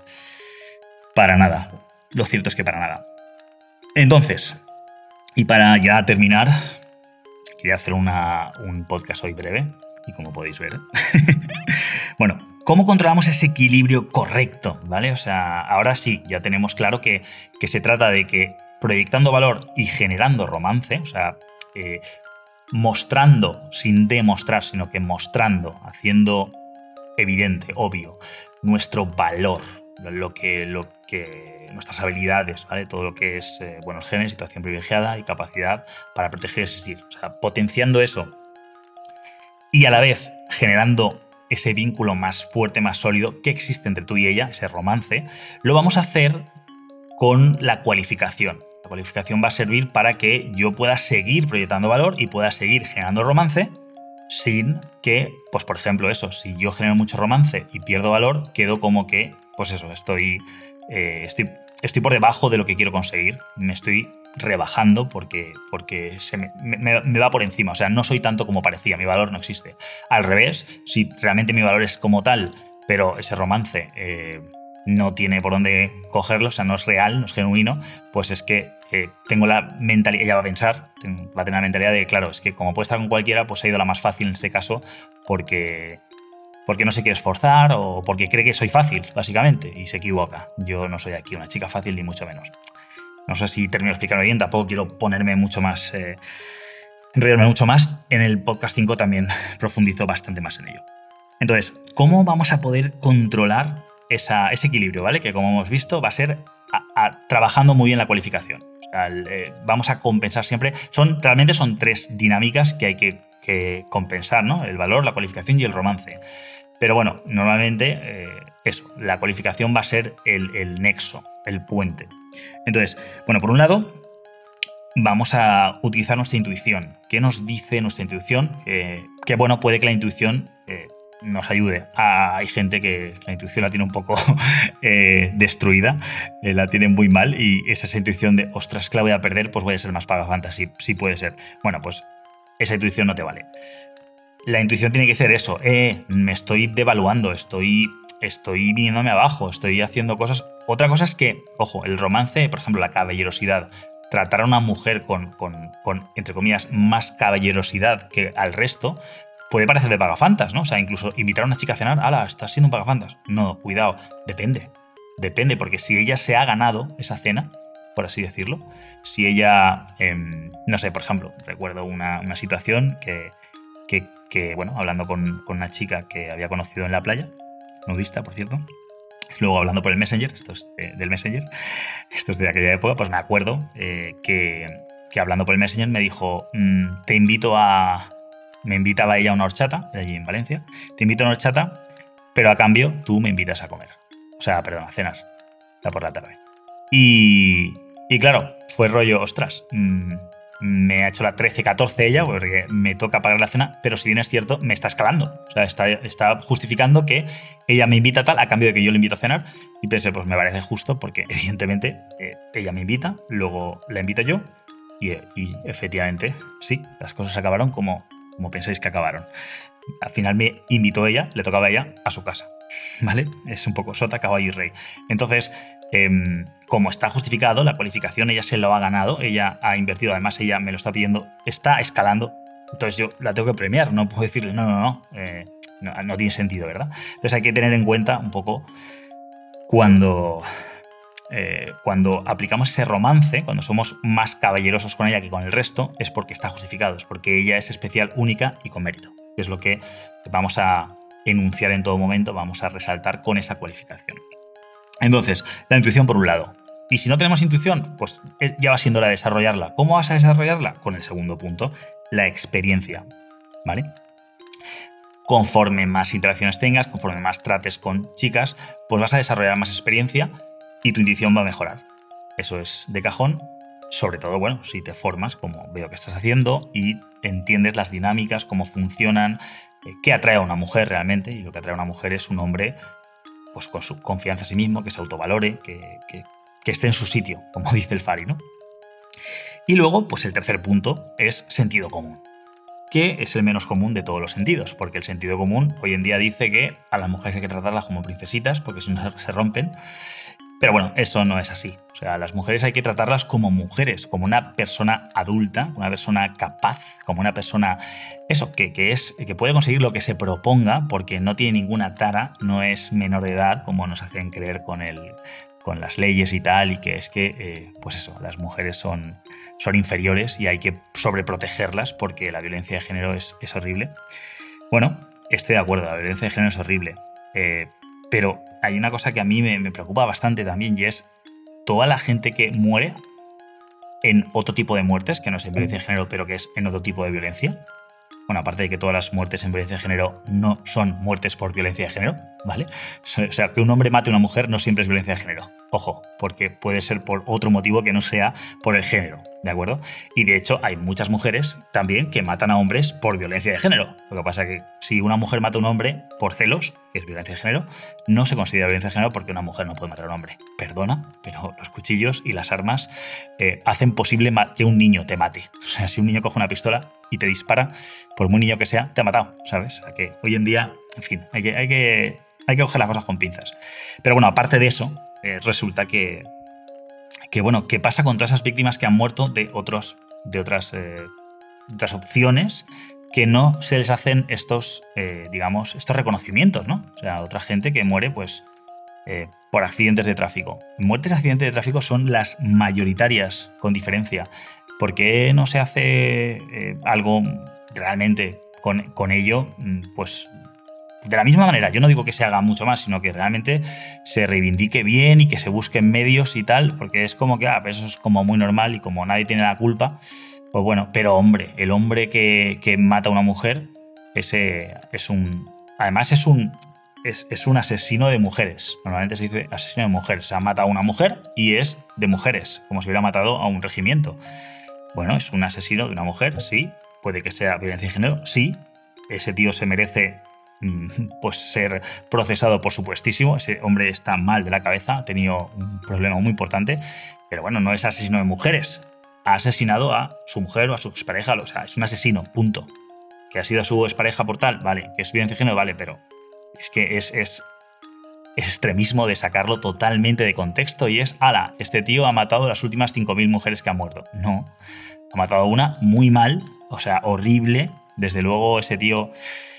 Para nada. Lo cierto es que para nada. Entonces, y para ya terminar, quería hacer una, un podcast hoy breve. Y como podéis ver, bueno, ¿cómo controlamos ese equilibrio correcto? ¿Vale? O sea, ahora sí, ya tenemos claro que, que se trata de que proyectando valor y generando romance, o sea, eh, mostrando sin demostrar, sino que mostrando, haciendo evidente, obvio, nuestro valor, lo que, lo que nuestras habilidades, ¿vale? Todo lo que es eh, buenos genes, situación privilegiada y capacidad para proteger y existir. O sea, potenciando eso y a la vez generando ese vínculo más fuerte, más sólido que existe entre tú y ella, ese romance, lo vamos a hacer con la cualificación. La cualificación va a servir para que yo pueda seguir proyectando valor y pueda seguir generando romance sin que, pues por ejemplo eso, si yo genero mucho romance y pierdo valor, quedo como que, pues eso, estoy, eh, estoy, estoy por debajo de lo que quiero conseguir, me estoy rebajando porque, porque se me, me, me va por encima, o sea, no soy tanto como parecía, mi valor no existe. Al revés, si realmente mi valor es como tal, pero ese romance eh, no tiene por dónde cogerlo, o sea, no es real, no es genuino, pues es que eh, tengo la mentalidad, ella va a pensar, va a tener la mentalidad de, claro, es que como puede estar con cualquiera, pues ha ido la más fácil en este caso porque, porque no se quiere esforzar o porque cree que soy fácil, básicamente, y se equivoca. Yo no soy aquí una chica fácil, ni mucho menos. No sé si termino de explicarlo bien, tampoco quiero ponerme mucho más, eh, enrollarme mucho más. En el podcast cinco también profundizo bastante más en ello. Entonces, ¿cómo vamos a poder controlar esa, ese equilibrio, ¿vale? Que como hemos visto va a ser a, a, trabajando muy bien la cualificación. O sea, el, eh, vamos a compensar siempre. Son, realmente son tres dinámicas que hay que, que compensar, ¿no? El valor, la cualificación y el romance. Pero bueno, normalmente eh, eso, la cualificación va a ser el, el nexo, el puente. Entonces, bueno, por un lado, vamos a utilizar nuestra intuición. ¿Qué nos dice nuestra intuición? Eh, que bueno, puede que la intuición eh, nos ayude. Ah, hay gente que la intuición la tiene un poco eh, destruida, eh, la tiene muy mal y es esa intuición de, ostras, que la voy a perder, pues voy a ser más pagafantas. Sí, sí puede ser. Bueno, pues esa intuición no te vale. La intuición tiene que ser eso, eh, me estoy devaluando, estoy, estoy viniéndome abajo, estoy haciendo cosas. Otra cosa es que, ojo, el romance, por ejemplo, la caballerosidad, tratar a una mujer con, con, con entre comillas, más caballerosidad que al resto, puede parecer de pagafantas, ¿no? O sea, incluso invitar a una chica a cenar, ¡hala, estás siendo un pagafantas! No, cuidado, depende, depende, porque si ella se ha ganado esa cena, por así decirlo, si ella, eh, no sé, por ejemplo, recuerdo una, una situación que... que que, bueno, hablando con, con una chica que había conocido en la playa, nudista, por cierto, luego hablando por el Messenger, esto es de, del Messenger, esto es de aquella época, pues me acuerdo eh, que, que hablando por el Messenger me dijo, mmm, te invito a... Me invitaba ella a una horchata, allí en Valencia, te invito a una horchata, pero a cambio tú me invitas a comer. O sea, perdón, a cenar, ya por la tarde. Y, y claro, fue rollo, ostras, mmm, me ha hecho la trece catorce ella, porque me toca pagar la cena, pero si bien es cierto, me está escalando. O sea, está, está justificando que ella me invita a tal a cambio de que yo le invito a cenar. Y pensé, pues me parece justo, porque evidentemente eh, ella me invita, luego la invito yo, y, y efectivamente, sí, las cosas acabaron como, como pensáis que acabaron. Al final me invitó ella, le tocaba a ella, a su casa, ¿vale? Es un poco sota, caballo y rey. Entonces, eh, como está justificado, la cualificación ella se lo ha ganado, ella ha invertido, además ella me lo está pidiendo, está escalando, entonces yo la tengo que premiar, no puedo decirle, no, no, no, eh, no, no tiene sentido, ¿verdad? Entonces hay que tener en cuenta un poco cuando... Eh, cuando aplicamos ese romance, cuando somos más caballerosos con ella que con el resto, es porque está justificado, es porque ella es especial, única y con mérito. Que es lo que vamos a enunciar en todo momento, vamos a resaltar con esa cualificación. Entonces, la intuición por un lado. Y si no tenemos intuición, pues ya va siendo hora de desarrollarla. ¿Cómo vas a desarrollarla? Con el segundo punto, la experiencia, ¿vale? Conforme más interacciones tengas, conforme más trates con chicas, pues vas a desarrollar más experiencia y tu intuición va a mejorar. Eso es de cajón, sobre todo, bueno, si te formas, como veo que estás haciendo, y entiendes las dinámicas, cómo funcionan, eh, qué atrae a una mujer realmente, y lo que atrae a una mujer es un hombre pues con su confianza en sí mismo, que se autovalore, que, que, que esté en su sitio, como dice el Fari, ¿no? Y luego, pues el tercer punto es sentido común, que es el menos común de todos los sentidos, porque el sentido común hoy en día dice que a las mujeres hay que tratarlas como princesitas, porque si no se rompen. Pero bueno, eso no es así. O sea, las mujeres hay que tratarlas como mujeres, como una persona adulta, una persona capaz, como una persona, eso, que, que, es, que puede conseguir lo que se proponga porque no tiene ninguna tara, no es menor de edad, como nos hacen creer con, el, con las leyes y tal, y que es que, eh, pues eso, las mujeres son, son inferiores y hay que sobreprotegerlas porque la violencia de género es, es horrible. Bueno, estoy de acuerdo, la violencia de género es horrible, eh, pero hay una cosa que a mí me, me preocupa bastante también y es toda la gente que muere en otro tipo de muertes, que no es en violencia de género, pero que es en otro tipo de violencia. Bueno, aparte de que todas las muertes en violencia de género no son muertes por violencia de género, ¿vale? O sea, que un hombre mate a una mujer no siempre es violencia de género. Ojo, porque puede ser por otro motivo que no sea por el género, ¿de acuerdo? Y de hecho hay muchas mujeres también que matan a hombres por violencia de género. Lo que pasa es que si una mujer mata a un hombre por celos, que es violencia de género, no se considera violencia de género porque una mujer no puede matar a un hombre. Perdona, pero los cuchillos y las armas eh, hacen posible que un niño te mate. O sea, si un niño coge una pistola y te dispara, por muy niño que sea, te ha matado, ¿sabes? O sea, que hoy en día, en fin, hay que, hay que, hay que coger las cosas con pinzas. Pero bueno, aparte de eso, eh, resulta que, que, bueno, ¿qué pasa con todas esas víctimas que han muerto de, otros, de otras, eh, otras opciones que no se les hacen estos, eh, digamos, estos reconocimientos, ¿no? O sea, otra gente que muere, pues, eh, por accidentes de tráfico. Muertes de accidentes de tráfico son las mayoritarias, con diferencia. ¿Por qué no se hace eh, algo realmente con, con ello? Pues de la misma manera, yo no digo que se haga mucho más, sino que realmente se reivindique bien y que se busquen medios y tal, porque es como que ah, pues eso es como muy normal y como nadie tiene la culpa, pues bueno, pero hombre, el hombre que, que mata a una mujer, ese es un... Además es un... Es, es un asesino de mujeres. Normalmente se dice asesino de mujeres. O sea, mata a una mujer y es de mujeres, como si hubiera matado a un regimiento. Bueno, es un asesino de una mujer, sí. Puede que sea violencia de género, sí. Ese tío se merece pues ser procesado, por supuestísimo. Ese hombre está mal de la cabeza, ha tenido un problema muy importante. Pero bueno, no es asesino de mujeres. Ha asesinado a su mujer o a su expareja. O sea, es un asesino, punto. Que ha sido su expareja por tal, vale. Que es violencia de género, vale, pero es que es, es, es extremismo de sacarlo totalmente de contexto y es, ala, este tío ha matado a las últimas cinco mil mujeres que han muerto. No, ha matado a una muy mal, o sea, horrible. Desde luego ese tío,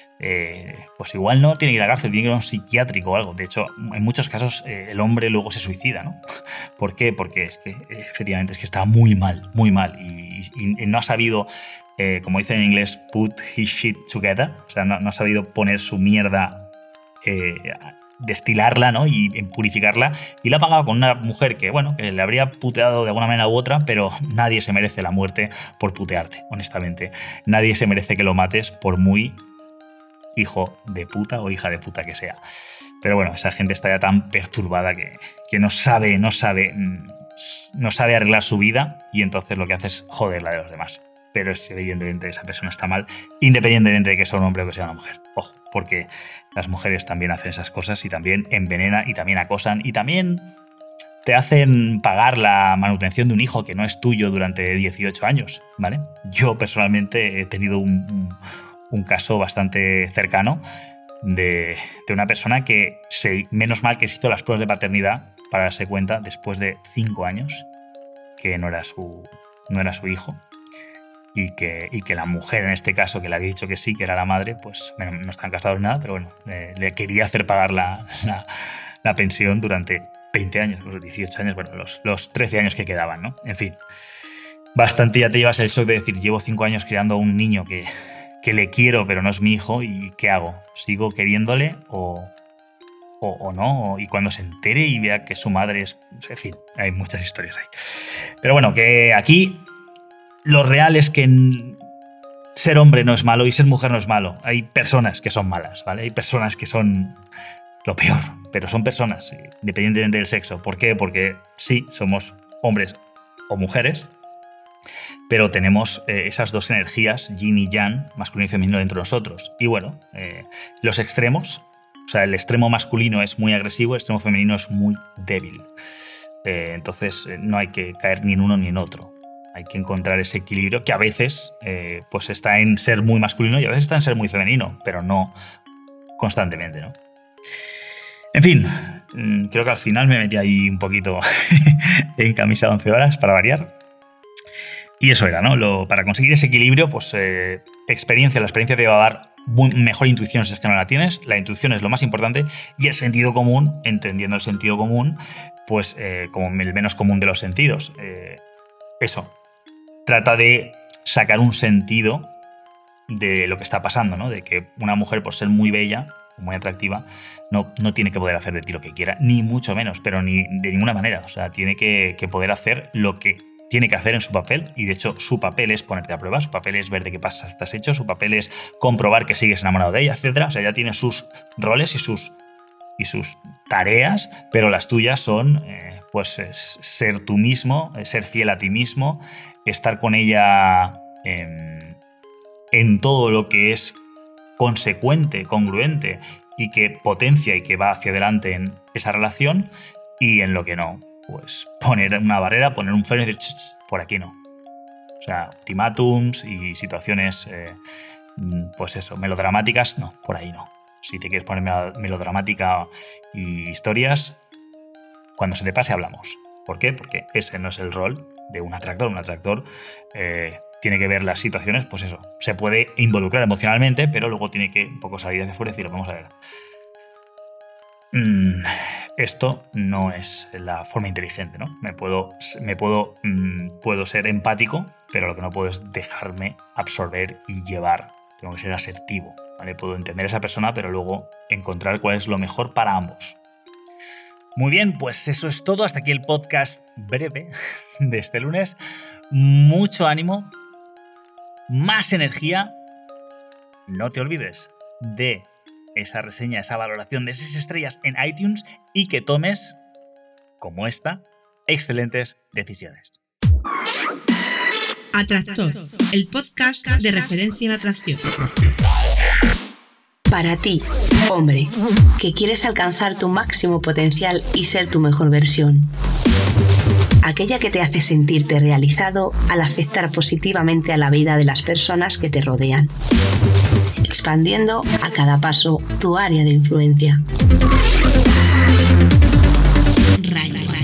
eh, pues igual no tiene que ir a la cárcel, tiene que ir a un psiquiátrico o algo. De hecho, en muchos casos eh, el hombre luego se suicida, ¿no? ¿Por qué? Porque es que, eh, efectivamente, es que está muy mal, muy mal y, y, y no ha sabido... Eh, como dicen en inglés, put his shit together. O sea, no, no ha sabido poner su mierda... Eh, destilarla, ¿no? Y purificarla, y la ha pagado con una mujer que, bueno, que le habría puteado de alguna manera u otra, pero nadie se merece la muerte por putearte, honestamente. Nadie se merece que lo mates por muy hijo de puta o hija de puta que sea. Pero bueno, esa gente está ya tan perturbada que, que no sabe, no sabe, no sabe arreglar su vida y entonces lo que hace es joder la de los demás. Pero es evidentemente esa persona está mal, independientemente de que sea un hombre o que sea una mujer. Ojo, porque las mujeres también hacen esas cosas y también envenenan y también acosan y también te hacen pagar la manutención de un hijo que no es tuyo durante dieciocho años, ¿vale? Yo personalmente he tenido un, un, un caso bastante cercano de, de una persona que, se, menos mal que se hizo las pruebas de paternidad para darse cuenta después de cinco años que no era su, no era su hijo. Y que, y que la mujer, en este caso, que le había dicho que sí, que era la madre, pues bueno, no están casados ni nada, pero bueno, eh, le quería hacer pagar la, la, la pensión durante veinte años, los dieciocho años, bueno, los, los trece años que quedaban, ¿no? En fin, bastante ya te llevas el shock de decir, llevo cinco años criando a un niño que, que le quiero, pero no es mi hijo, ¿y qué hago? ¿Sigo queriéndole o, o, o no? Y cuando se entere y vea que su madre es... En fin, hay muchas historias ahí. Pero bueno, que aquí... Lo real es que ser hombre no es malo y ser mujer no es malo. Hay personas que son malas, ¿vale? Hay personas que son lo peor, pero son personas, independientemente del sexo. ¿Por qué? Porque sí, somos hombres o mujeres, pero tenemos eh, esas dos energías, yin y yang, masculino y femenino, dentro de nosotros. Y bueno, eh, los extremos, o sea, el extremo masculino es muy agresivo, el extremo femenino es muy débil. Eh, entonces, eh, no hay que caer ni en uno ni en otro. Hay que encontrar ese equilibrio que a veces eh, pues está en ser muy masculino y a veces está en ser muy femenino, pero no constantemente, ¿no? En fin, creo que al final me metí ahí un poquito en camisa de once horas para variar. Y eso era, ¿no? Lo, para conseguir ese equilibrio, pues eh, experiencia, la experiencia te va a dar mejor intuición si es que no la tienes. La intuición es lo más importante y el sentido común, entendiendo el sentido común, pues eh, como el menos común de los sentidos. Eh, eso, trata de sacar un sentido de lo que está pasando, ¿no? De que una mujer, por ser muy bella, muy atractiva, no, no tiene que poder hacer de ti lo que quiera, ni mucho menos, pero ni de ninguna manera. O sea, tiene que, que poder hacer lo que tiene que hacer en su papel, y de hecho su papel es ponerte a prueba, su papel es ver de qué pasa estás hecho, su papel es comprobar que sigues enamorado de ella, etcétera. O sea, ya tiene sus roles y sus, y sus tareas, pero las tuyas son eh, pues es ser tú mismo, ser fiel a ti mismo, estar con ella en, en todo lo que es consecuente, congruente y que potencia y que va hacia adelante en esa relación, y en lo que no, pues poner una barrera, poner un freno y decir, por aquí no. O sea, ultimátums y situaciones, eh, pues eso, melodramáticas, no, por ahí no. Si te quieres poner melodramática y historias, cuando se te pase hablamos. ¿Por qué? Porque ese no es el rol de un atractor. Un atractor eh, tiene que ver las situaciones, pues eso, se puede involucrar emocionalmente, pero luego tiene que un poco salir hacia afuera y decir, vamos a ver. Mm, esto no es la forma inteligente, ¿no? Me puedo, me puedo, mm, puedo ser empático, pero lo que no puedo es dejarme absorber y llevar. Tengo que ser asertivo, ¿vale? Puedo entender a esa persona, pero luego encontrar cuál es lo mejor para ambos. Muy bien, pues eso es todo. Hasta aquí el podcast breve de este lunes. Mucho ánimo, más energía. No te olvides de esa reseña, esa valoración de seis estrellas en iTunes, y que tomes, como esta, excelentes decisiones. Atractor, el podcast de referencia en atracción. Para ti, hombre, que quieres alcanzar tu máximo potencial y ser tu mejor versión. Aquella que te hace sentirte realizado al afectar positivamente a la vida de las personas que te rodean, expandiendo a cada paso tu área de influencia. Ray.